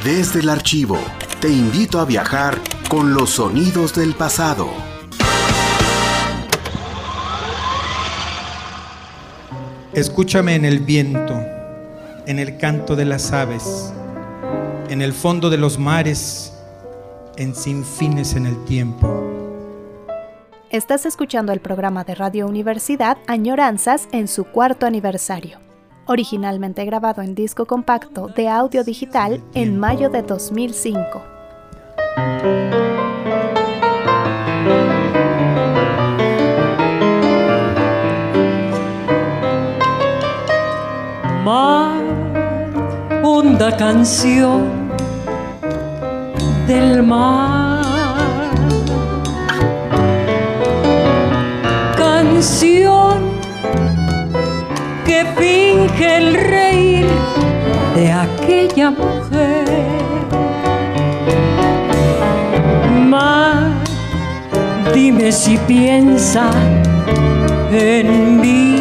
Desde el archivo, te invito a viajar con los sonidos del pasado. Escúchame en el viento, en el canto de las aves, en el fondo de los mares, en sinfines en el tiempo. Estás escuchando el programa de Radio Universidad Añoranzas en su 4º aniversario, originalmente grabado en disco compacto de audio digital en mayo de 2005. Mar, honda canción del mar, canción que finge el reír de aquella mujer. Mar, dime si piensa en mí,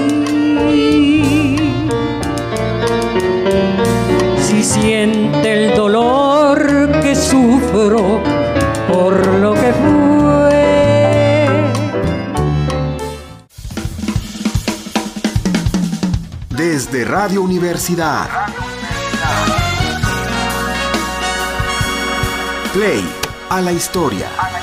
si siente el dolor que sufro por lo que fue. Desde Radio Universidad. Play a la historia.